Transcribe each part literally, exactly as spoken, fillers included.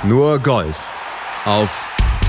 Nur Golf auf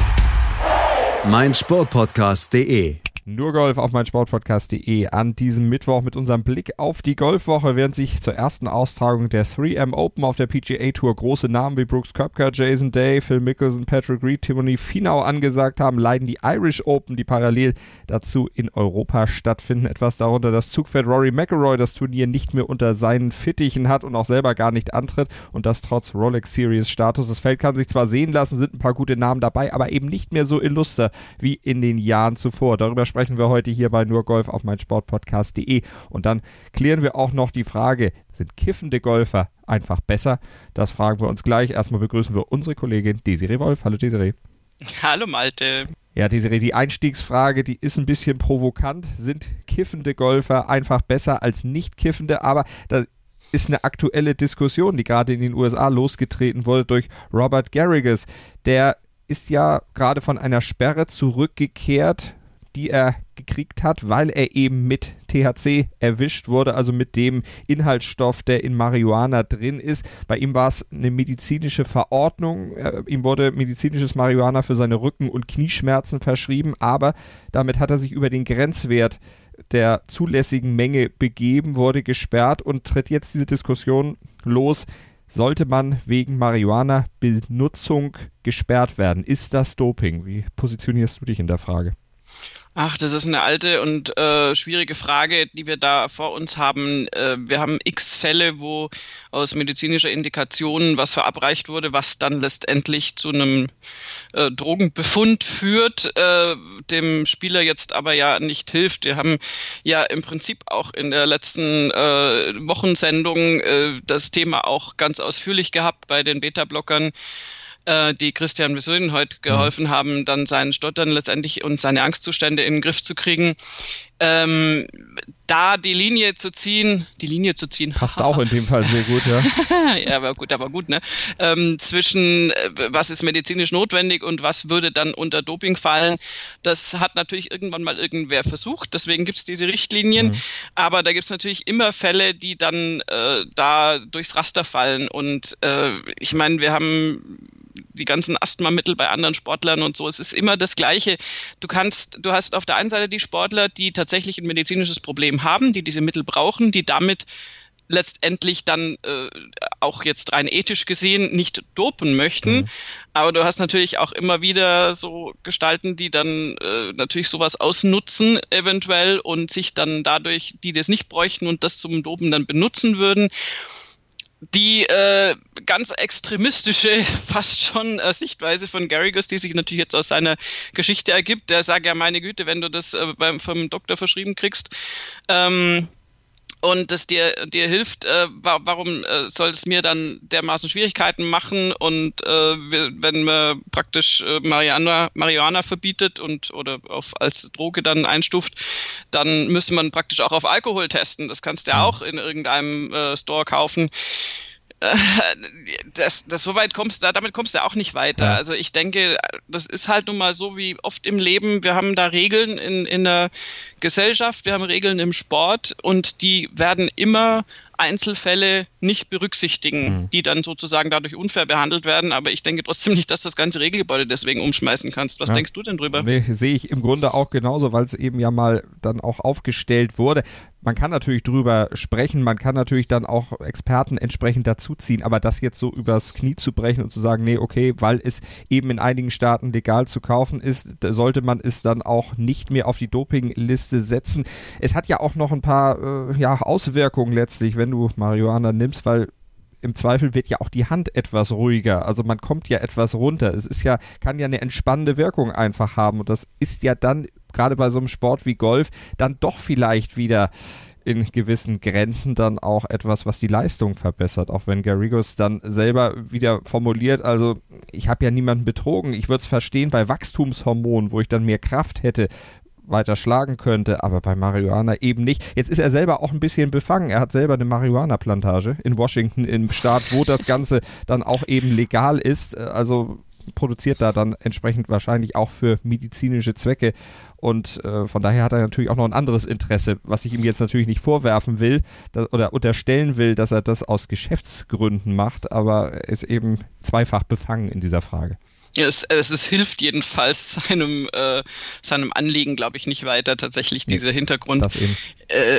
meinsportpodcast punkt de. Nur Golf auf meinsportpodcast punkt de an diesem Mittwoch mit unserem Blick auf die Golfwoche, während sich zur ersten Austragung der drei M Open auf der P G A Tour große Namen wie Brooks Koepka, Jason Day, Phil Mickelson, Patrick Reed, Timoney Finau angesagt haben, leiden die Irish Open, die parallel dazu in Europa stattfinden. Etwas darunter das Zugpferd Rory McIlroy das Turnier nicht mehr unter seinen Fittichen hat und auch selber gar nicht antritt und das trotz Rolex Series Status. Das Feld kann sich zwar sehen lassen, sind ein paar gute Namen dabei, aber eben nicht mehr so illuster wie in den Jahren zuvor. Darüber sprechen wir heute hier bei Nur Golf auf meinsportpodcast punkt de und dann klären wir auch noch die Frage, sind kiffende Golfer einfach besser? Das fragen wir uns gleich. Erstmal begrüßen wir unsere Kollegin Desiree Wolf. Hallo Desiree. Hallo Malte. Ja Desiree, die Einstiegsfrage, die ist ein bisschen provokant. Sind kiffende Golfer einfach besser als nicht kiffende? Aber da ist eine aktuelle Diskussion, die gerade in den U S A losgetreten wurde durch Robert Garrigus. Der ist ja gerade von einer Sperre zurückgekehrt, die er gekriegt hat, weil er eben mit T H C erwischt wurde, also mit dem Inhaltsstoff, der in Marihuana drin ist. Bei ihm war es eine medizinische Verordnung. Ihm wurde medizinisches Marihuana für seine Rücken- und Knieschmerzen verschrieben, aber damit hat er sich über den Grenzwert der zulässigen Menge begeben, wurde gesperrt und tritt jetzt diese Diskussion los. Sollte man wegen Marihuana-Benutzung gesperrt werden? Ist das Doping? Wie positionierst du dich in der Frage? Ach, das ist eine alte und äh, schwierige Frage, die wir da vor uns haben. Äh, wir haben x Fälle, wo aus medizinischer Indikation was verabreicht wurde, was dann letztendlich zu einem äh, Drogenbefund führt, äh, dem Spieler jetzt aber ja nicht hilft. Wir haben ja im Prinzip auch in der letzten äh, Wochensendung äh, das Thema auch ganz ausführlich gehabt bei den Beta-Blockern, die Christian Wessoden heute geholfen haben, dann seinen Stottern letztendlich und seine Angstzustände in den Griff zu kriegen. Ähm, da die Linie zu ziehen, die Linie zu ziehen. Passt auch in dem Fall sehr gut, ja. Ja, aber gut, aber gut, ne? Ähm, zwischen, äh, was ist medizinisch notwendig und was würde dann unter Doping fallen, das hat natürlich irgendwann mal irgendwer versucht, deswegen gibt es diese Richtlinien, mhm. aber da gibt es natürlich immer Fälle, die dann äh, da durchs Raster fallen und äh, ich meine, wir haben die ganzen Asthmamittel bei anderen Sportlern und so. Es ist immer das Gleiche. Du kannst, du hast auf der einen Seite die Sportler, die tatsächlich ein medizinisches Problem haben, die diese Mittel brauchen, die damit letztendlich dann äh, auch jetzt rein ethisch gesehen nicht dopen möchten. Mhm. Aber du hast natürlich auch immer wieder so Gestalten, die dann äh, natürlich sowas ausnutzen eventuell und sich dann dadurch, die das nicht bräuchten und das zum Dopen dann benutzen würden. Die äh, ganz extremistische, fast schon äh, Sichtweise von Garrigus, die sich natürlich jetzt aus seiner Geschichte ergibt, der sagt ja, meine Güte, wenn du das äh, beim, vom Doktor verschrieben kriegst, ähm, und das dir, dir hilft, äh, warum äh, soll es mir dann dermaßen Schwierigkeiten machen und äh, wenn man praktisch äh, Marihuana, Marihuana verbietet und oder auf, als Droge dann einstuft, dann müsste man praktisch auch auf Alkohol testen. Das kannst du ja auch in irgendeinem äh, Store kaufen. Das, das so weit kommst du, damit kommst du auch nicht weiter. Ja. Also ich denke, das ist halt nun mal so wie oft im Leben. Wir haben da Regeln in, in der Gesellschaft, wir haben Regeln im Sport und die werden immer Einzelfälle nicht berücksichtigen, mhm. die dann sozusagen dadurch unfair behandelt werden. Aber ich denke trotzdem nicht, dass das ganze Regelgebäude deswegen umschmeißen kannst. Was ja. denkst du denn drüber? Nee, sehe ich im Grunde auch genauso, weil es eben ja mal dann auch aufgestellt wurde. Man kann natürlich drüber sprechen, man kann natürlich dann auch Experten entsprechend dazuziehen, aber das jetzt so übers Knie zu brechen und zu sagen, nee, okay, weil es eben in einigen Staaten legal zu kaufen ist, sollte man es dann auch nicht mehr auf die Dopingliste setzen. Es hat ja auch noch ein paar äh, ja, Auswirkungen letztlich, wenn du Marihuana nimmst, weil im Zweifel wird ja auch die Hand etwas ruhiger, also man kommt ja etwas runter. Es ist ja, kann ja eine entspannende Wirkung einfach haben und das ist ja dann gerade bei so einem Sport wie Golf dann doch vielleicht wieder in gewissen Grenzen dann auch etwas, was die Leistung verbessert, auch wenn Garrigus dann selber wieder formuliert, also ich habe ja niemanden betrogen, ich würde es verstehen bei Wachstumshormonen, wo ich dann mehr Kraft hätte, weiter schlagen könnte, aber bei Marihuana eben nicht. Jetzt ist er selber auch ein bisschen befangen. Er hat selber eine Marihuana-Plantage in Washington, im Staat, wo das Ganze dann auch eben legal ist. Also produziert da dann entsprechend wahrscheinlich auch für medizinische Zwecke und äh, von daher hat er natürlich auch noch ein anderes Interesse, was ich ihm jetzt natürlich nicht vorwerfen will dass, oder unterstellen will, dass er das aus Geschäftsgründen macht, aber er ist eben zweifach befangen in dieser Frage. Es, es, es hilft jedenfalls seinem, äh, seinem Anliegen, glaube ich, nicht weiter, tatsächlich dieser nee, Hintergrund. Das eben. Äh,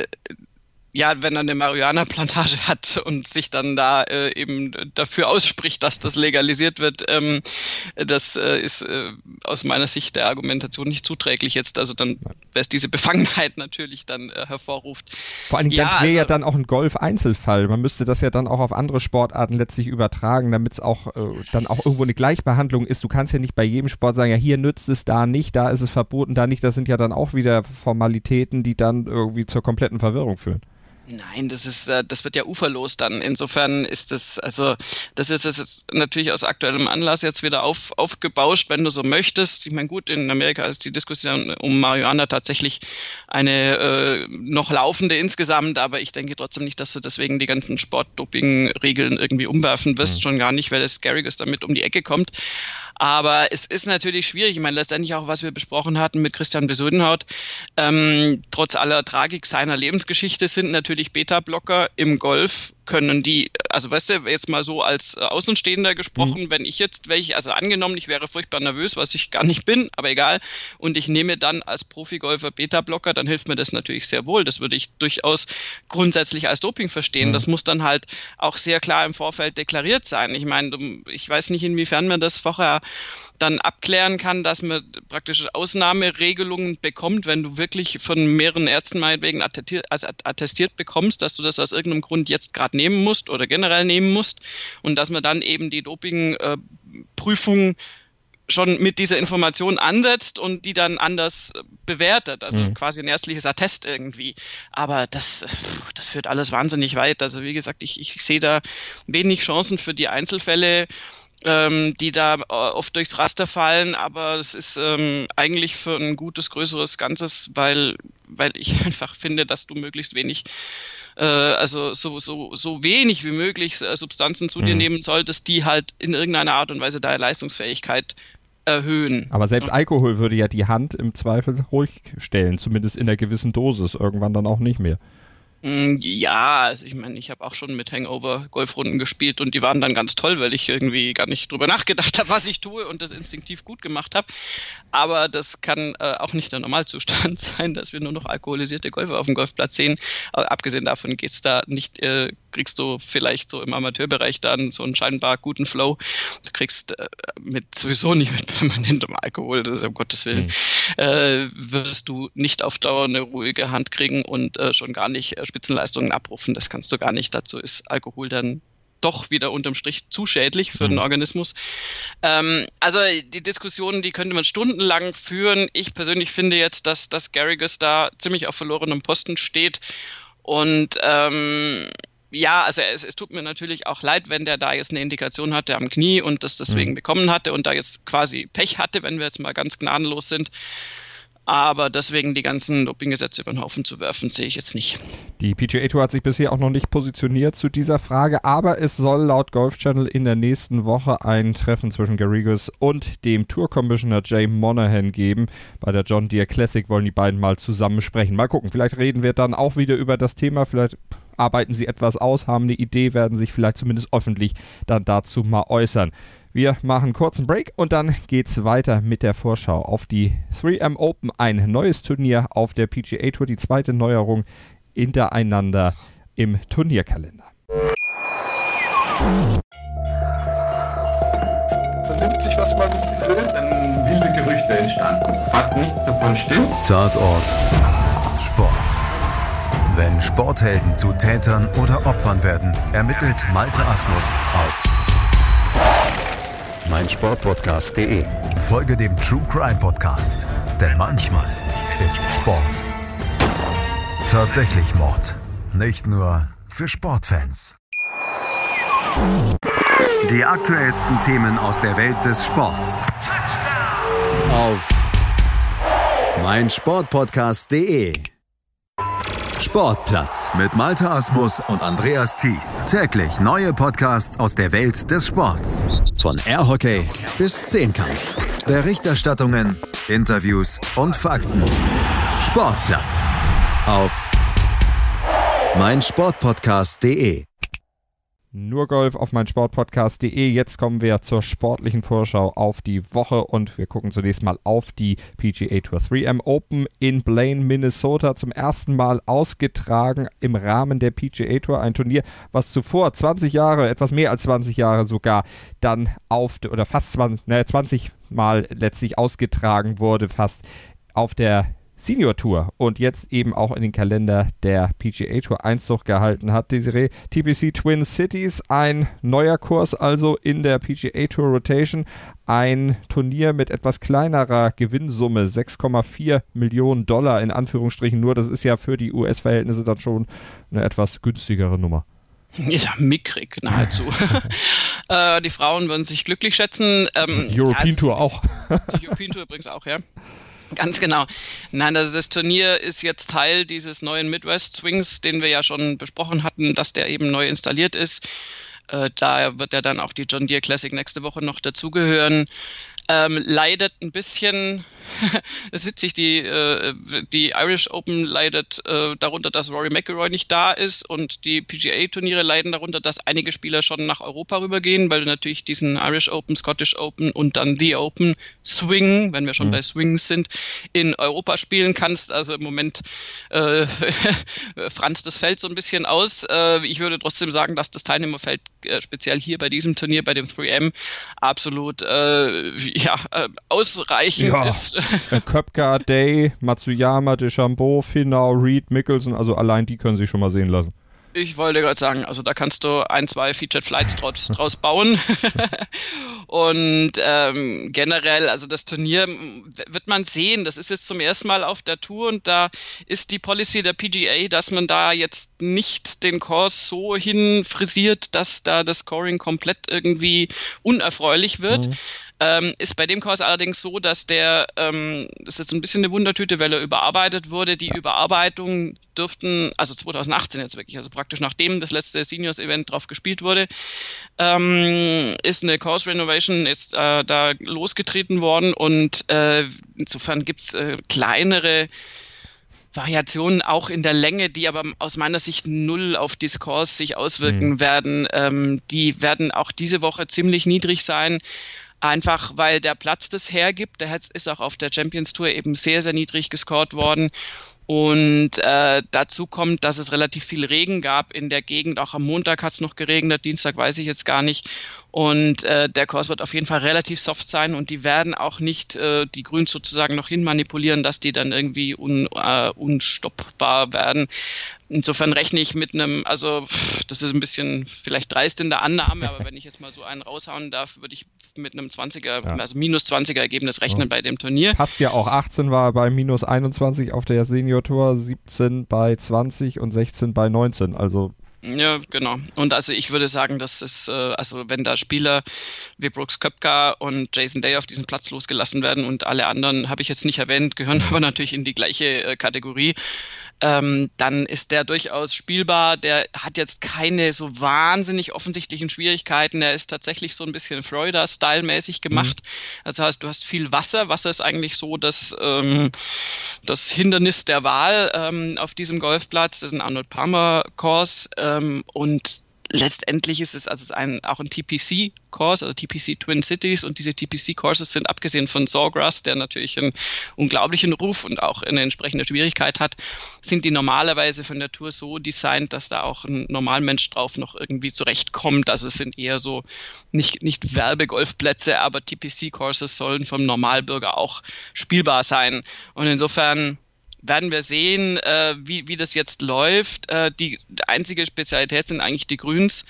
ja, wenn er eine Marihuana-Plantage hat und sich dann da äh, eben dafür ausspricht, dass das legalisiert wird, ähm, das äh, ist äh, aus meiner Sicht der Argumentation nicht zuträglich jetzt. Also dann, wer es diese Befangenheit natürlich dann äh, hervorruft. Vor allem, ja, das wäre also, ja dann auch ein Golf-Einzelfall. Man müsste das ja dann auch auf andere Sportarten letztlich übertragen, damit es auch äh, dann auch irgendwo eine Gleichbehandlung ist. Du kannst ja nicht bei jedem Sport sagen, ja, hier nützt es, da nicht, da ist es verboten, da nicht. Das sind ja dann auch wieder Formalitäten, die dann irgendwie zur kompletten Verwirrung führen. Nein, das ist, das wird ja uferlos dann. Insofern ist das, also das ist, das ist natürlich aus aktuellem Anlass jetzt wieder auf, aufgebauscht, wenn du so möchtest. Ich meine, gut, in Amerika ist die Diskussion um Marihuana tatsächlich eine äh, noch laufende insgesamt, aber ich denke trotzdem nicht, dass du deswegen die ganzen Sportdoping-Regeln irgendwie umwerfen wirst, mhm. schon gar nicht, weil das Garrigues damit um die Ecke kommt. Aber es ist natürlich schwierig. Ich meine, letztendlich auch, was wir besprochen hatten mit Christian Besudenhout, ähm, trotz aller Tragik seiner Lebensgeschichte sind natürlich Beta-Blocker im Golf, können die, also weißt du, jetzt mal so als Außenstehender gesprochen, mhm. wenn ich jetzt welche, also angenommen, ich wäre furchtbar nervös, was ich gar nicht bin, aber egal, und ich nehme dann als Profigolfer Beta-Blocker, dann hilft mir das natürlich sehr wohl. Das würde ich durchaus grundsätzlich als Doping verstehen. Mhm. Das muss dann halt auch sehr klar im Vorfeld deklariert sein. Ich meine, ich weiß nicht, inwiefern man das vorher dann abklären kann, dass man praktisch Ausnahmeregelungen bekommt, wenn du wirklich von mehreren Ärzten meinetwegen attestiert, also attestiert bekommst, dass du das aus irgendeinem Grund jetzt gerade nehmen musst oder generell nehmen musst und dass man dann eben die Dopingprüfung äh, schon mit dieser Information ansetzt und die dann anders bewertet, also mhm. quasi ein ärztliches Attest irgendwie. Aber das, das führt alles wahnsinnig weit. Also wie gesagt, ich, ich sehe da wenig Chancen für die Einzelfälle, ähm, die da oft durchs Raster fallen, aber es ist ähm, eigentlich für ein gutes, größeres Ganzes, weil, weil ich einfach finde, dass du möglichst wenig also so, so, so wenig wie möglich Substanzen zu mhm. dir nehmen solltest, die halt in irgendeiner Art und Weise deine Leistungsfähigkeit erhöhen. Aber selbst Alkohol würde ja die Hand im Zweifel ruhig stellen, zumindest in einer gewissen Dosis, irgendwann dann auch nicht mehr. Ja, also ich meine, ich habe auch schon mit Hangover-Golfrunden gespielt und die waren dann ganz toll, weil ich irgendwie gar nicht drüber nachgedacht habe, was ich tue und das instinktiv gut gemacht habe. Aber das kann äh, auch nicht der Normalzustand sein, dass wir nur noch alkoholisierte Golfer auf dem Golfplatz sehen. Aber abgesehen davon geht's da nicht, äh, kriegst du vielleicht so im Amateurbereich dann so einen scheinbar guten Flow. Du kriegst äh, mit sowieso nicht mit permanentem Alkohol, das ist um Gottes Willen, mhm. äh, wirst du nicht auf Dauer eine ruhige Hand kriegen und äh, schon gar nicht äh, Spitzenleistungen abrufen, das kannst du gar nicht. Dazu ist Alkohol dann doch wieder unterm Strich zu schädlich für mhm. den Organismus. Ähm, also die Diskussionen, die könnte man stundenlang führen. Ich persönlich finde jetzt, dass, dass Garrigues da ziemlich auf verlorenem Posten steht und ähm, ja, also es, es tut mir natürlich auch leid, wenn der da jetzt eine Indikation hatte am Knie und das deswegen mhm. bekommen hatte und da jetzt quasi Pech hatte, wenn wir jetzt mal ganz gnadenlos sind. Aber deswegen die ganzen Dopinggesetze über den Haufen zu werfen, sehe ich jetzt nicht. Die P G A Tour hat sich bisher auch noch nicht positioniert zu dieser Frage, aber es soll laut Golf Channel in der nächsten Woche ein Treffen zwischen Garrigues und dem Tour-Commissioner Jay Monahan geben. Bei der John Deere Classic wollen die beiden mal zusammen sprechen. Mal gucken, vielleicht reden wir dann auch wieder über das Thema, vielleicht arbeiten sie etwas aus, haben eine Idee, werden sich vielleicht zumindest öffentlich dann dazu mal äußern. Wir machen einen kurzen Break und dann geht's weiter mit der Vorschau auf die drei M Open, ein neues Turnier auf der P G A Tour, die zweite Neuerung hintereinander im Turnierkalender. Vernimmt sich, was man will, dann wilde Gerüchte entstanden. Fast nichts davon stimmt. Tatort Sport. Wenn Sporthelden zu Tätern oder Opfern werden, ermittelt Malte Asmus auf meinsportpodcast punkt de. Folge dem True Crime Podcast, denn manchmal ist Sport tatsächlich Mord. Nicht nur für Sportfans. Die aktuellsten Themen aus der Welt des Sports auf meinsportpodcast punkt de. Sportplatz mit Malte Asmus und Andreas Thies. Täglich neue Podcasts aus der Welt des Sports. Von Airhockey bis Zehnkampf. Berichterstattungen, Interviews und Fakten. Sportplatz auf meinsportpodcast punkt de. Nur Golf auf meinsportpodcast punkt de. Jetzt kommen wir zur sportlichen Vorschau auf die Woche und wir gucken zunächst mal auf die P G A Tour drei M Open in Blaine, Minnesota. Zum ersten Mal ausgetragen im Rahmen der P G A Tour. Ein Turnier, was zuvor zwanzig Jahre, etwas mehr als zwanzig Jahre sogar, dann auf, oder fast zwanzig, naja, zwanzig Mal letztlich ausgetragen wurde, fast auf der Senior Tour und jetzt eben auch in den Kalender der P G A Tour Einzug gehalten hat. Desiree, T P C Twin Cities, ein neuer Kurs also in der P G A Tour Rotation, ein Turnier mit etwas kleinerer Gewinnsumme, sechs Komma vier Millionen Dollar in Anführungsstrichen nur, das ist ja für die U S-Verhältnisse dann schon eine etwas günstigere Nummer. Ja, mickrig nahezu. äh, die Frauen würden sich glücklich schätzen. Ähm, die European ja, Tour auch. Die European Tour übrigens auch, ja. Ganz genau. Nein, also das Turnier ist jetzt Teil dieses neuen Midwest Swings, den wir ja schon besprochen hatten, dass der eben neu installiert ist. Äh, da wird ja dann auch die John Deere Classic nächste Woche noch dazugehören. Ähm, leidet ein bisschen, das ist witzig, die, äh, die Irish Open leidet äh, darunter, dass Rory McIlroy nicht da ist und die P G A-Turniere leiden darunter, dass einige Spieler schon nach Europa rübergehen, weil du natürlich diesen Irish Open, Scottish Open und dann The Open Swing, wenn wir schon mhm. bei Swings sind, in Europa spielen kannst. Also im Moment äh, franzt das Feld so ein bisschen aus. Äh, ich würde trotzdem sagen, dass das Teilnehmerfeld äh, speziell hier bei diesem Turnier, bei dem drei M, absolut äh, ja, äh, ausreichend ja. ist. Koepka, Day, Matsuyama, DeChambeau, Finau, Reed, Mickelson, also allein die können sich schon mal sehen lassen. Ich wollte gerade sagen, also da kannst du ein, zwei Featured Flights draus, draus bauen. Und ähm, generell, also das Turnier wird man sehen, das ist jetzt zum ersten Mal auf der Tour und da ist die Policy der P G A, dass man da jetzt nicht den Kurs so hin frisiert, dass da das Scoring komplett irgendwie unerfreulich wird. Mhm. Ähm, ist bei dem Kurs allerdings so, dass der, ähm, das ist jetzt ein bisschen eine Wundertüte, weil er überarbeitet wurde. Die Überarbeitung dürften, also zwanzig achtzehn jetzt wirklich, also praktisch nachdem das letzte Seniors-Event drauf gespielt wurde, ähm, ist eine Course Renovation jetzt äh, da losgetreten worden und äh, insofern gibt es äh, kleinere Variationen auch in der Länge, die aber aus meiner Sicht null auf die Scores sich auswirken mhm. werden. Ähm, die werden auch diese Woche ziemlich niedrig sein. Einfach weil der Platz das hergibt. Der ist auch auf der Champions Tour eben sehr, sehr niedrig gescored worden. Und äh, dazu kommt, dass es relativ viel Regen gab in der Gegend. Auch am Montag hat es noch geregnet, Dienstag weiß ich jetzt gar nicht. Und äh, der Kurs wird auf jeden Fall relativ soft sein und die werden auch nicht äh, die Grüns sozusagen noch hin manipulieren, dass die dann irgendwie un, äh, unstoppbar werden. Insofern rechne ich mit einem, also das ist ein bisschen vielleicht dreist in der Annahme, aber wenn ich jetzt mal so einen raushauen darf, würde ich mit einem zwanziger, ja. also minus zwanziger Ergebnis rechnen ja. bei dem Turnier. Passt ja auch, achtzehn war bei minus einundzwanzig auf der Senior Tour, siebzehn bei zwanzig und sechzehn bei neunzehn, also ja, genau. Und also ich würde sagen, dass es, äh, also wenn da Spieler wie Brooks Koepka und Jason Day auf diesen Platz losgelassen werden und alle anderen, habe ich jetzt nicht erwähnt, gehören aber natürlich in die gleiche äh, Kategorie, ähm, dann ist der durchaus spielbar. Der hat jetzt keine so wahnsinnig offensichtlichen Schwierigkeiten. Er ist tatsächlich so ein bisschen Florida-Style-mäßig gemacht. Mhm. Also heißt, du hast viel Wasser. Wasser ist eigentlich so das, ähm, das Hindernis der Wahl ähm, auf diesem Golfplatz. Das ist ein Arnold Palmer Course ähm, und letztendlich ist es also ein, auch ein T P C-Course, also T P C Twin Cities, und diese T P C-Courses sind abgesehen von Sawgrass, der natürlich einen unglaublichen Ruf und auch eine entsprechende Schwierigkeit hat, sind die normalerweise von der Tour so designt, dass da auch ein Normalmensch drauf noch irgendwie zurechtkommt. Also es sind eher so nicht, nicht Werbegolfplätze, aber T P C-Courses sollen vom Normalbürger auch spielbar sein. Und insofern werden wir sehen, äh, wie, wie das jetzt läuft. Äh, die einzige Spezialität sind eigentlich die Grüns,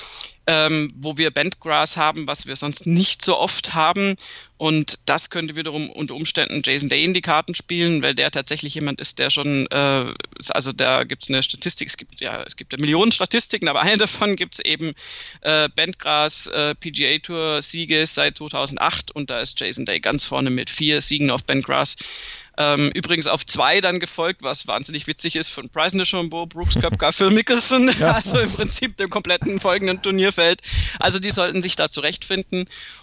ähm, wo wir Bentgrass haben, was wir sonst nicht so oft haben. Und das könnte wiederum unter Umständen Jason Day in die Karten spielen, weil der tatsächlich jemand ist, der schon, äh, also da gibt es eine Statistik, es gibt ja, es gibt ja Millionen Statistiken, aber eine davon gibt es eben äh, Bentgrass äh, P G A Tour Siege seit zweitausendacht und da ist Jason Day ganz vorne mit vier Siegen auf Bentgrass. Ähm, übrigens auf zwei dann gefolgt, was wahnsinnig witzig ist, von Bryson DeChambeau, Brooks Koepka, Phil Mickelson, ja. Also im Prinzip dem kompletten folgenden Turnierfeld. Also die sollten sich da zurechtfinden.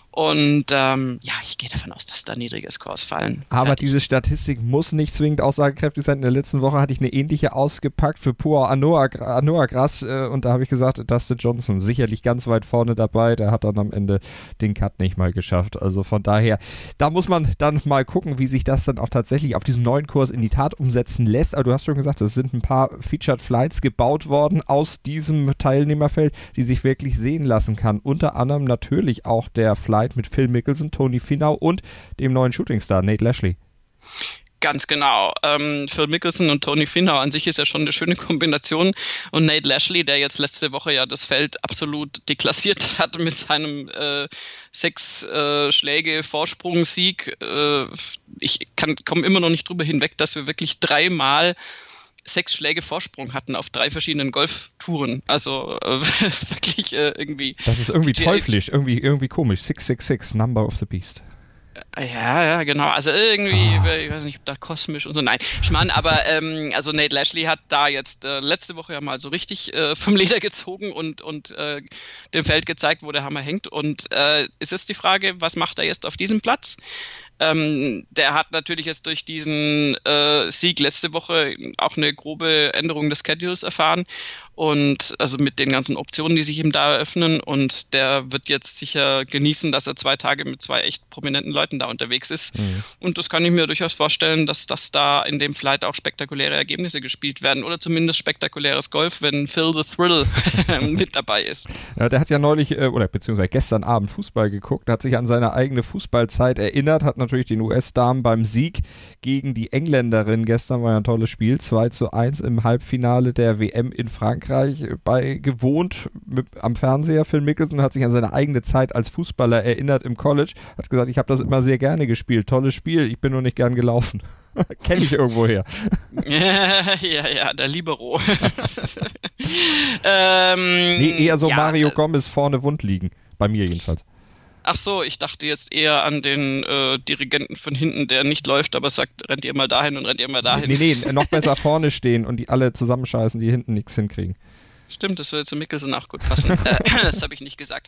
Und ähm, ja, ich gehe davon aus, dass da niedrige Scores fallen. Aber Fertig. diese Statistik muss nicht zwingend aussagekräftig sein. In der letzten Woche hatte ich eine ähnliche ausgepackt für Pur Anoa, Anoa Gras äh, und da habe ich gesagt, Dustin Johnson sicherlich ganz weit vorne dabei. Der hat dann am Ende den Cut nicht mal geschafft. Also von daher, da muss man dann mal gucken, wie sich das dann auch tatsächlich auf diesem neuen Kurs in die Tat umsetzen lässt. Aber du hast schon gesagt, es sind ein paar Featured Flights gebaut worden aus diesem Teilnehmerfeld, die sich wirklich sehen lassen kann. Unter anderem natürlich auch der Flight mit Phil Mickelson, Tony Finau und dem neuen Shootingstar Nate Lashley. Ganz genau. Ähm, Phil Mickelson und Tony Finau an sich ist ja schon eine schöne Kombination. Und Nate Lashley, der jetzt letzte Woche ja das Feld absolut deklassiert hat mit seinem äh, sechs äh, Schläge Vorsprung-Sieg. Äh, ich komme immer noch nicht drüber hinweg, dass wir wirklich dreimal sechs Schläge Vorsprung hatten auf drei verschiedenen Golftouren. Also äh, ist wirklich äh, irgendwie... Das ist irgendwie teuflisch, irgendwie, irgendwie komisch. six six six, Number of the Beast. Ja, ja, genau. Also irgendwie, ah. ich weiß nicht, ob da kosmisch und so. Nein, ich meine, aber ähm, also Nate Lashley hat da jetzt äh, letzte Woche ja mal so richtig äh, vom Leder gezogen und, und äh, dem Feld gezeigt, wo der Hammer hängt. Und äh, es ist die Frage, was macht er jetzt auf diesem Platz? Ähm, der hat natürlich jetzt durch diesen äh, Sieg letzte Woche auch eine grobe Änderung des Schedules erfahren und also mit den ganzen Optionen, die sich ihm da eröffnen, und der wird jetzt sicher genießen, dass er zwei Tage mit zwei echt prominenten Leuten da unterwegs ist. Mhm. Und das kann ich mir durchaus vorstellen, dass das da in dem Flight auch spektakuläre Ergebnisse gespielt werden oder zumindest spektakuläres Golf, wenn Phil the Thrill mit dabei ist. Ja, der hat ja neulich äh, oder beziehungsweise gestern Abend Fußball geguckt, hat sich an seine eigene Fußballzeit erinnert, hat natürlich den U S-Damen beim Sieg gegen die Engländerin, gestern war ja ein tolles Spiel, zwei zu eins im Halbfinale der W M in Frankreich bei gewohnt mit, am Fernseher. Phil Mickelson hat sich an seine eigene Zeit als Fußballer erinnert im College, hat gesagt, ich habe das immer sehr gerne gespielt, tolles Spiel, ich bin nur nicht gern gelaufen. Kenne ich irgendwo her. Ja, ja, der Libero. ähm, nee, eher so ja, Mario äh, Gomez vorne wund liegen, bei mir jedenfalls. Ach so, ich dachte jetzt eher an den äh, Dirigenten von hinten, der nicht läuft, aber sagt, rennt ihr mal dahin und rennt ihr mal dahin. Nee, nee, noch besser vorne stehen und die alle zusammenscheißen, die hinten nichts hinkriegen. Stimmt, das würde zu Mickelson auch gut passen. Das habe ich nicht gesagt.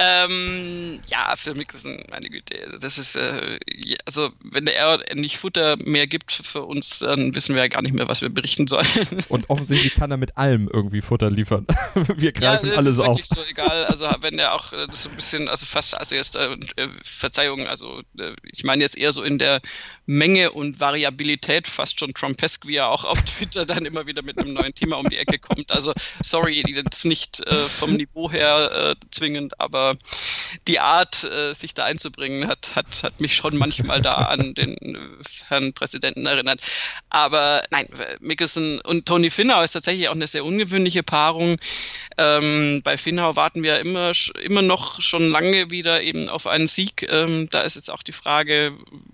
Ähm, ja, für Mickelson, meine Güte, das ist, äh, also wenn der nicht Futter mehr gibt für uns, dann wissen wir ja gar nicht mehr, was wir berichten sollen. Und offensichtlich kann er mit allem irgendwie Futter liefern. Wir greifen ja, alles auf. Ja, das ist wirklich so egal. Also wenn der auch das so ein bisschen, also fast, also jetzt, äh, Verzeihung, also äh, ich meine jetzt eher so in der Menge und Variabilität, fast schon Trumpesk, wie er auch auf Twitter dann immer wieder mit einem neuen Thema um die Ecke kommt. Also sorry, das nicht äh, vom Niveau her äh, zwingend, aber die Art, äh, sich da einzubringen, hat, hat, hat mich schon manchmal da an den äh, Herrn Präsidenten erinnert. Aber nein, Mickelson und Tony Finau ist tatsächlich auch eine sehr ungewöhnliche Paarung. Ähm, bei Finau warten wir immer, immer noch schon lange wieder eben auf einen Sieg. Ähm, da ist jetzt auch die Frage,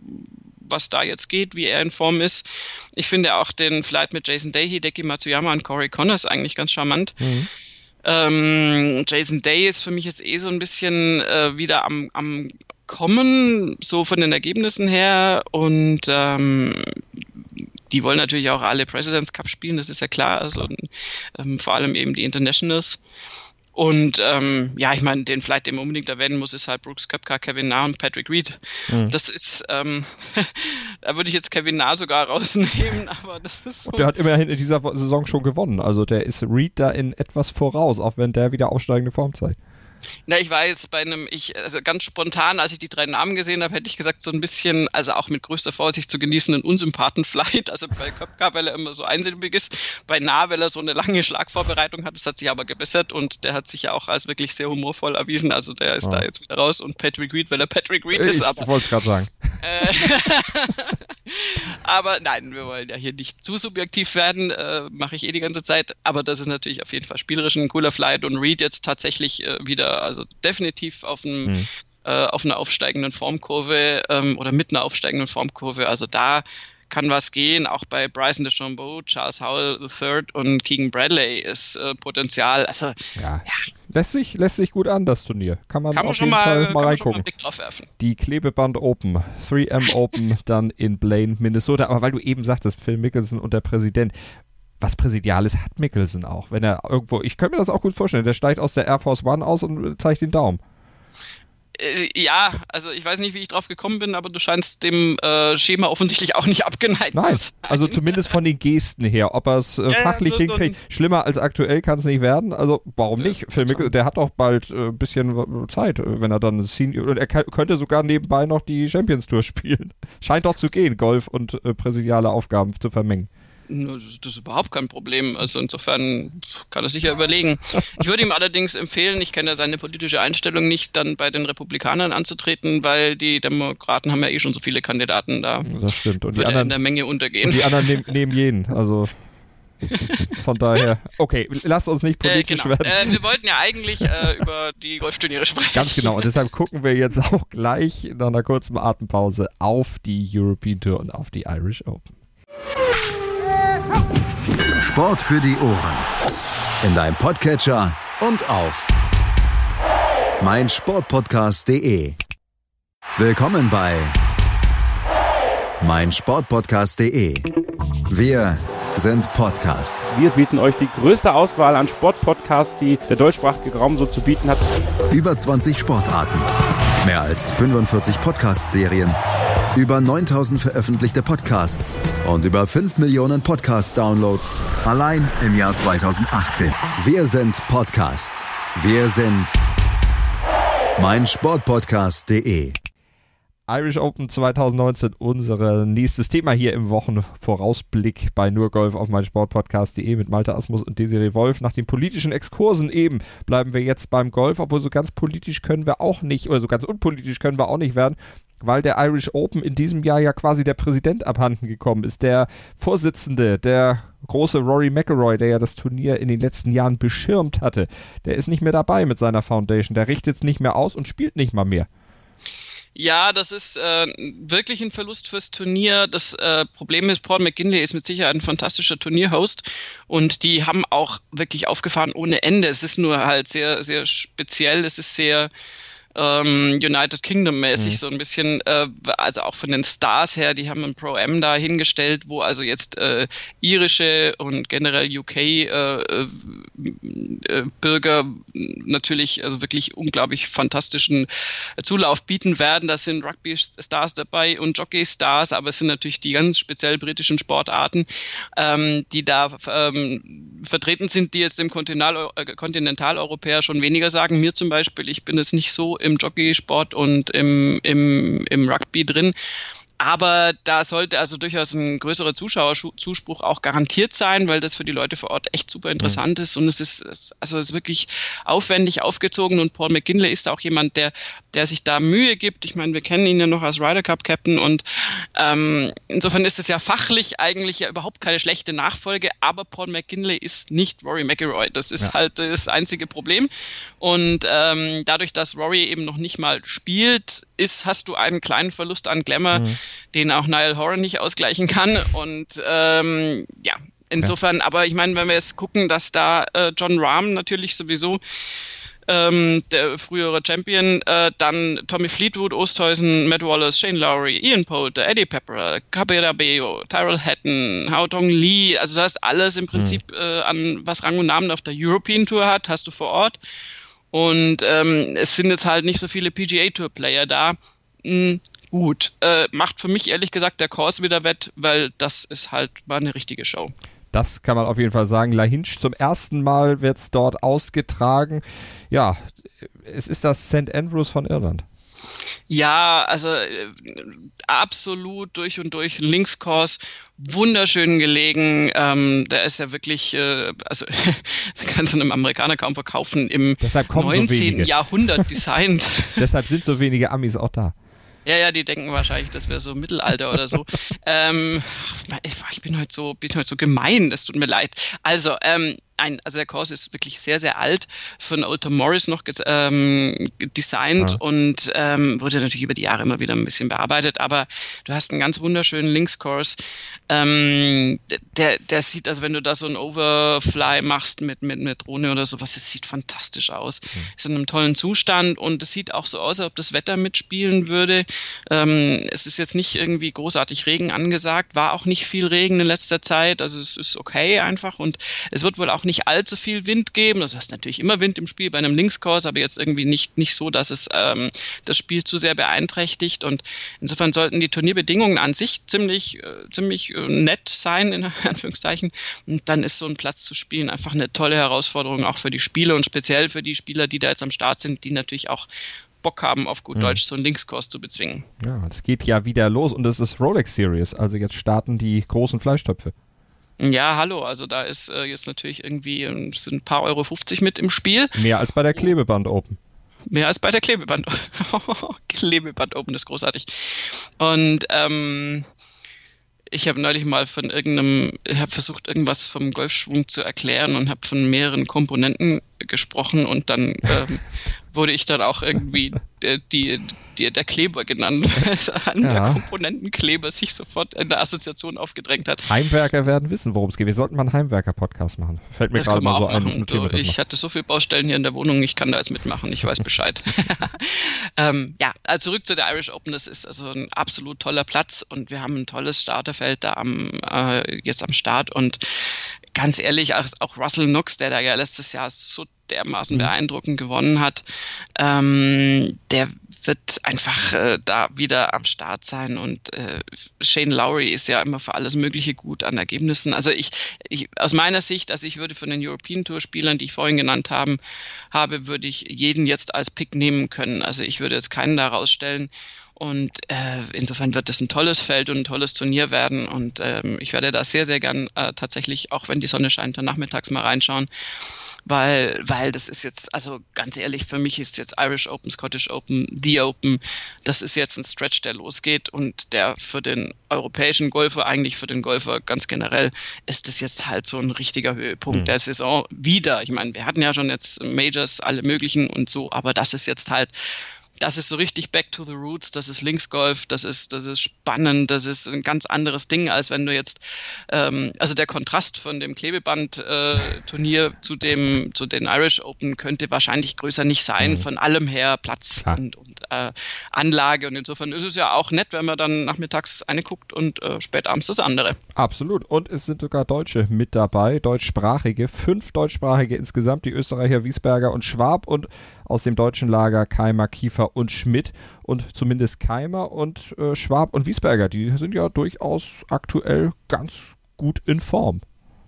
was da jetzt geht, wie er in Form ist. Ich finde auch den Flight mit Jason Day, Hideki Matsuyama und Corey Connors eigentlich ganz charmant. Mhm. Ähm, Jason Day ist für mich jetzt eh so ein bisschen äh, wieder am, am Kommen, so von den Ergebnissen her, und ähm, die wollen natürlich auch alle Presidents Cup spielen, das ist ja klar, also ähm, vor allem eben die Internationals. Und ähm, ja, ich meine, den Flight, den man unbedingt erwähnen muss, ist halt Brooks Koepka, Kevin Na und Patrick Reed. Mhm. Das ist, ähm, da würde ich jetzt Kevin Na sogar rausnehmen, aber das ist so. Der hat immerhin in dieser Saison schon gewonnen, also der ist Reed da in etwas voraus, auch wenn der wieder aufsteigende Form zeigt. Na, ich war jetzt bei einem, ich, also ganz spontan, als ich die drei Namen gesehen habe, hätte ich gesagt, so ein bisschen, also auch mit größter Vorsicht zu genießen, einen Unsympathen-Flight. Also bei Koepka, weil er immer so einsilbig ist, bei Na, weil er so eine lange Schlagvorbereitung hat. Das hat sich aber gebessert und der hat sich ja auch als wirklich sehr humorvoll erwiesen. Also der ist oh. da jetzt wieder raus. Und Patrick Reed, weil er Patrick Reed ist. Ich wollte es gerade sagen. Äh, aber nein, wir wollen ja hier nicht zu subjektiv werden, äh, mache ich eh die ganze Zeit. Aber das ist natürlich auf jeden Fall spielerisch ein cooler Flight und Reed jetzt tatsächlich äh, wieder, also definitiv auf, einem, hm. äh, auf einer aufsteigenden Formkurve ähm, oder mit einer aufsteigenden Formkurve. Also da kann was gehen. Auch bei Bryson DeChambeau, Charles Howell the Third und Keegan Bradley ist äh, Potenzial. Also ja. ja. Lässt sich, lässt sich gut an, das Turnier. Kann man, kann man auf schon jeden mal, Fall mal kann man reingucken. schon mal einen Blick drauf werfen. Die Klebeband Open, drei M Open, dann in Blaine, Minnesota. Aber weil du eben sagtest, Phil Mickelson und der Präsident, was Präsidiales hat Mickelson auch. Wenn er irgendwo, ich könnte mir das auch gut vorstellen, der steigt aus der Air Force One aus und zeigt den Daumen. Ja, also ich weiß nicht, wie ich drauf gekommen bin, aber du scheinst dem äh, Schema offensichtlich auch nicht abgeneigt Nein, zu sein. also zumindest von den Gesten her. Ob er es äh, Ja, fachlich nur so hinkriegt, schlimmer als aktuell kann es nicht werden. Also warum nicht? Phil Mickelson, der hat auch bald ein äh, bisschen Zeit, wenn er dann Senior, und er kann, könnte sogar nebenbei noch die Champions Tour spielen. Scheint doch zu gehen, Golf und äh, präsidiale Aufgaben zu vermengen. Das ist überhaupt kein Problem. Also insofern kann er sicher überlegen. Ich würde ihm allerdings empfehlen, ich kenne ja seine politische Einstellung nicht, dann bei den Republikanern anzutreten, weil die Demokraten haben ja eh schon so viele Kandidaten da. Das stimmt. Und die wird anderen er in der Menge untergehen. Und die anderen nehmen, nehmen jeden. Also von daher. Okay, lasst uns nicht politisch äh, genau. werden. Äh, wir wollten ja eigentlich äh, über die Golfturniere sprechen. Ganz genau. Und deshalb gucken wir jetzt auch gleich nach einer kurzen Atempause auf die European Tour und auf die Irish Open. Sport für die Ohren. In deinem Podcatcher und auf meinsportpodcast punkt de. Willkommen bei meinsportpodcast punkt de. Wir sind Podcast. Wir bieten euch die größte Auswahl an Sportpodcasts, die der deutschsprachige Raum so zu bieten hat. Über zwanzig Sportarten, mehr als fünfundvierzig Podcast-Serien, über neuntausend veröffentlichte Podcasts und über fünf Millionen Podcast-Downloads allein im Jahr zweitausendachtzehn. Wir sind Podcast. Wir sind meinsportpodcast punkt de. Irish Open zwanzig neunzehn, unser nächstes Thema hier im Wochenvorausblick bei Nur Golf auf meinsportpodcast punkt de mit Malte Asmus und Desiree Wolf. Nach den politischen Exkursen eben bleiben wir jetzt beim Golf, obwohl so ganz politisch können wir auch nicht, oder so ganz unpolitisch können wir auch nicht werden, weil der Irish Open in diesem Jahr ja quasi der Präsident abhanden gekommen ist. Der Vorsitzende, der große Rory McIlroy, der ja das Turnier in den letzten Jahren beschirmt hatte, der ist nicht mehr dabei mit seiner Foundation. Der richtet es nicht mehr aus und spielt nicht mal mehr. Ja, das ist äh, wirklich ein Verlust fürs Turnier. Das äh, Problem ist, Paul McGinley ist mit Sicherheit ein fantastischer Turnierhost und die haben auch wirklich aufgefahren ohne Ende. Es ist nur halt sehr, sehr speziell. Es ist sehr ähm, United Kingdom-mäßig, mhm. so ein bisschen, äh, also auch von den Stars her, die haben ein Pro-Am da hingestellt, wo also jetzt äh, irische und generell U K äh, äh, Bürger natürlich also wirklich unglaublich fantastischen Zulauf bieten werden. Da sind Rugby-Stars dabei und Jockey-Stars, aber es sind natürlich die ganz speziell britischen Sportarten, ähm, die da ähm, vertreten sind, die jetzt dem Kontinental- äh, Kontinentaleuropäer schon weniger sagen. Mir zum Beispiel, ich bin jetzt nicht so im Jockeysport und im, im, im Rugby drin. Aber da sollte also durchaus ein größerer Zuschauerzuspruch auch garantiert sein, weil das für die Leute vor Ort echt super interessant mhm. ist und es ist, also es ist wirklich aufwendig aufgezogen und Paul McGinley ist auch jemand, der, der sich da Mühe gibt. Ich meine, wir kennen ihn ja noch als Ryder Cup Captain und ähm, insofern ist es ja fachlich eigentlich ja überhaupt keine schlechte Nachfolge, aber Paul McGinley ist nicht Rory McIlroy. Das ist ja. halt das einzige Problem und ähm, dadurch, dass Rory eben noch nicht mal spielt, ist, hast du einen kleinen Verlust an Glamour, mhm. den auch Niall Horan nicht ausgleichen kann. Und ähm, ja, insofern, ja. aber ich meine, wenn wir jetzt gucken, dass da äh, John Rahm natürlich sowieso ähm, der frühere Champion, äh, dann Tommy Fleetwood, Oosthuizen, Matt Wallace, Shane Lowry, Ian Poulter, Eddie Pepper, Cabera Bello, Tyrrell Hatton, Hao Dong Lee, also du hast alles im Prinzip mhm. äh, an was Rang und Namen auf der European Tour hat, hast du vor Ort. Und ähm, es sind jetzt halt nicht so viele P G A Tour Player da. Hm, gut, äh, macht für mich ehrlich gesagt der Kurs wieder wett, weil das ist halt war eine richtige Show. Das kann man auf jeden Fall sagen. Lahinch, zum ersten Mal wird es dort ausgetragen. Ja, es ist das Saint Andrews von Irland. Ja, also äh, absolut durch und durch Linkskurs, wunderschön gelegen. Ähm, der ist ja wirklich, äh, also das kannst du einem Amerikaner kaum verkaufen, im neunzehnten So Jahrhundert designt. Deshalb sind so wenige Amis auch da. Ja, ja, die denken wahrscheinlich, das wäre so Mittelalter oder so. ähm, ich, ich bin heute so, bin heute so gemein, das tut mir leid. Also, ähm, ein, also der Kurs ist wirklich sehr, sehr alt, von Oldham Morris noch ähm, designt ja. und ähm, wurde natürlich über die Jahre immer wieder ein bisschen bearbeitet, aber du hast einen ganz wunderschönen Linkskurs. Ähm, der, der sieht, also wenn du da so einen Overfly machst mit, mit einer Drohne oder sowas, das sieht fantastisch aus. Mhm. Ist in einem tollen Zustand und es sieht auch so aus, als ob das Wetter mitspielen würde. Ähm, es ist jetzt nicht irgendwie großartig Regen angesagt, war auch nicht viel Regen in letzter Zeit, also es ist okay einfach und es wird wohl auch nicht allzu viel Wind geben. Das heißt natürlich immer Wind im Spiel bei einem Linkskurs, aber jetzt irgendwie nicht, nicht so, dass es ähm, das Spiel zu sehr beeinträchtigt und insofern sollten die Turnierbedingungen an sich ziemlich, äh, ziemlich äh, nett sein, in Anführungszeichen. Und dann ist so ein Platz zu spielen einfach eine tolle Herausforderung auch für die Spieler und speziell für die Spieler, die da jetzt am Start sind, die natürlich auch Bock haben, auf gut Deutsch so einen Linkskurs zu bezwingen. Ja, es geht ja wieder los und es ist Rolex Series, also jetzt starten die großen Fleischtöpfe. Ja, hallo, also da ist äh, jetzt natürlich irgendwie äh, sind ein paar Euro fünfzig mit im Spiel. Mehr als bei der Klebeband Open. Mehr als bei der Klebeband. Klebeband Open ist großartig. Und ähm, ich habe neulich mal von irgendeinem, ich habe versucht, irgendwas vom Golfschwung zu erklären und habe von mehreren Komponenten gesprochen und dann ähm, wurde ich dann auch irgendwie der, die, die, der Kleber genannt, weil an ja. der Komponentenkleber sich sofort in der Assoziation aufgedrängt hat. Heimwerker werden wissen, worum es geht. Wir sollten mal einen Heimwerker-Podcast machen. Fällt mir das gerade mal so ein. Ich, du, ich hatte so viele Baustellen hier in der Wohnung, ich kann da jetzt mitmachen, ich weiß Bescheid. ähm, ja, also zurück zu der Irish Open, das ist also ein absolut toller Platz und wir haben ein tolles Starterfeld da am, äh, jetzt am Start und ganz ehrlich, auch, auch Russell Knox, der da ja letztes Jahr so dermaßen beeindruckend gewonnen hat, ähm, der wird einfach äh, da wieder am Start sein und äh, Shane Lowry ist ja immer für alles Mögliche gut an Ergebnissen. Also ich, ich aus meiner Sicht, also ich würde von den European Tour Spielern, die ich vorhin genannt haben, habe, würde ich jeden jetzt als Pick nehmen können. Also ich würde jetzt keinen da rausstellen. Und äh, insofern wird das ein tolles Feld und ein tolles Turnier werden. Und ähm, ich werde da sehr, sehr gern äh, tatsächlich, auch wenn die Sonne scheint, dann nachmittags mal reinschauen. Weil, weil das ist jetzt, also ganz ehrlich, für mich ist jetzt Irish Open, Scottish Open, The Open, das ist jetzt ein Stretch, der losgeht und der für den europäischen Golfer, eigentlich für den Golfer ganz generell, ist das jetzt halt so ein richtiger Höhepunkt mhm. der Saison wieder. Ich meine, wir hatten ja schon jetzt Majors, alle möglichen und so, aber das ist jetzt halt das ist so richtig back to the roots, das ist Linksgolf, das ist, das ist spannend, das ist ein ganz anderes Ding, als wenn du jetzt, ähm, also der Kontrast von dem Klebeband-Turnier äh, zu dem, zu den Irish Open könnte wahrscheinlich größer nicht sein, mhm. von allem her, Platz ja. und, und äh, Anlage und insofern ist es ja auch nett, wenn man dann nachmittags eine guckt und äh, spät abends das andere. Absolut und es sind sogar Deutsche mit dabei, deutschsprachige, fünf deutschsprachige insgesamt, die Österreicher Wiesberger und Schwab und aus dem deutschen Lager Keimer, Kiefer und Schmidt und zumindest Keimer und äh, Schwab und Wiesberger, die sind ja durchaus aktuell ganz gut in Form.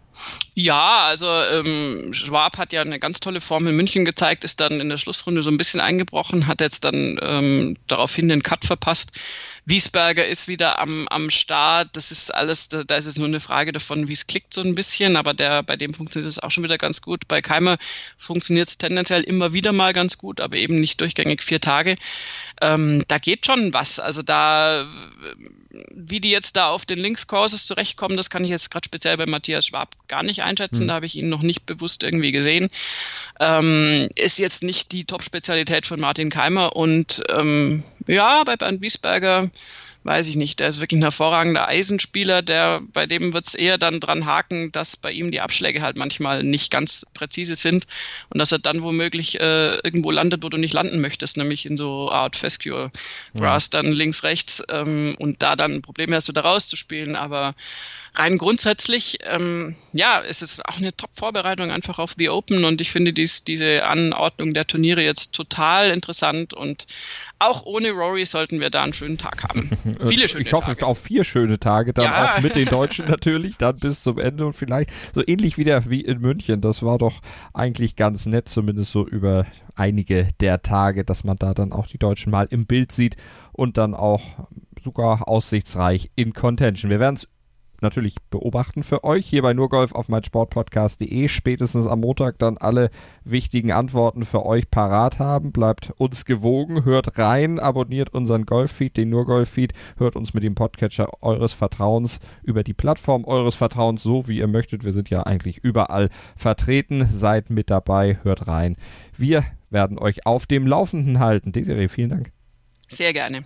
Ja, also ähm, Schwab hat ja eine ganz tolle Form in München gezeigt, ist dann in der Schlussrunde so ein bisschen eingebrochen, hat jetzt dann ähm, daraufhin den Cut verpasst. Wiesberger ist wieder am, am Start, das ist alles, da, da ist es nur eine Frage davon, wie es klickt so ein bisschen, aber der, bei dem funktioniert es auch schon wieder ganz gut. Bei Keimer funktioniert es tendenziell immer wieder mal ganz gut, aber eben nicht durchgängig vier Tage. Ähm, da geht schon was, also da, wie die jetzt da auf den Linkscourses zurechtkommen, das kann ich jetzt gerade speziell bei Matthias Schwab gar nicht einschätzen, mhm. da habe ich ihn noch nicht bewusst irgendwie gesehen. Ähm, ist jetzt nicht die Top-Spezialität von Martin Keimer und ähm, ja, bei Bernd Wiesberger weiß ich nicht, der ist wirklich ein hervorragender Eisenspieler, der, bei dem wird es eher dann dran haken, dass bei ihm die Abschläge halt manchmal nicht ganz präzise sind und dass er dann womöglich äh, irgendwo landet, wo du nicht landen möchtest, nämlich in so Art Fescue Grass, ja. dann links, rechts ähm, und da dann Probleme hast, wieder rauszuspielen, aber rein grundsätzlich, ähm, ja, es ist auch eine Top-Vorbereitung einfach auf The Open und ich finde dies, diese Anordnung der Turniere jetzt total interessant und auch ohne Rory sollten wir da einen schönen Tag haben. Viele schöne Ich hoffe Tage. auf vier schöne Tage, dann ja. auch mit den Deutschen natürlich, dann bis zum Ende und vielleicht so ähnlich wieder wie in München. Das war doch eigentlich ganz nett, zumindest so über einige der Tage, dass man da dann auch die Deutschen mal im Bild sieht und dann auch sogar aussichtsreich in Contention. Wir werden es natürlich beobachten für euch hier bei nurgolf auf meinsportpodcast punkt de. Spätestens am Montag dann alle wichtigen Antworten für euch parat haben. Bleibt uns gewogen, hört rein, abonniert unseren Golf-Feed, den Nurgolf-Feed, hört uns mit dem Podcatcher eures Vertrauens über die Plattform eures Vertrauens, so wie ihr möchtet. Wir sind ja eigentlich überall vertreten. Seid mit dabei, hört rein. Wir werden euch auf dem Laufenden halten. Desiree, vielen Dank. Sehr gerne.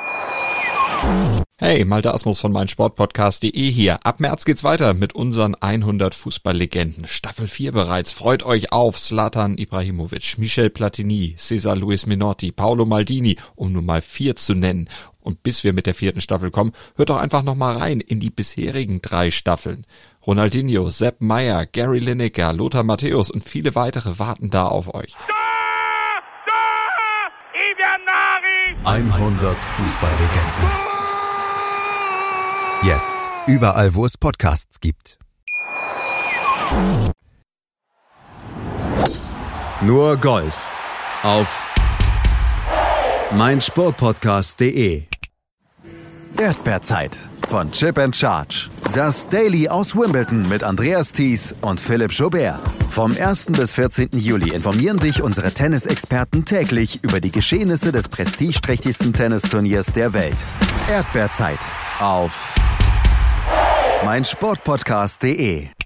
Hey, Malte Asmus von meinsportpodcast punkt de hier. Ab März geht's weiter mit unseren hundert Fußballlegenden. Staffel vier bereits. Freut euch auf Zlatan Ibrahimovic, Michel Platini, Cesar Luis Minotti, Paolo Maldini, um nur mal vier zu nennen. Und bis wir mit der vierten Staffel kommen, hört doch einfach nochmal rein in die bisherigen drei Staffeln. Ronaldinho, Sepp Maier, Gary Lineker, Lothar Matthäus und viele weitere warten da auf euch. hundert Fußballlegenden. Jetzt überall, wo es Podcasts gibt. Nur Golf auf meinsportpodcast punkt de. Erdbeerzeit von Chip and Charge. Das Daily aus Wimbledon mit Andreas Thies und Philipp Joubert. Vom ersten bis vierzehnten Juli informieren dich unsere Tennisexperten täglich über die Geschehnisse des prestigeträchtigsten Tennisturniers der Welt. Erdbeerzeit auf meinsportpodcast punkt de.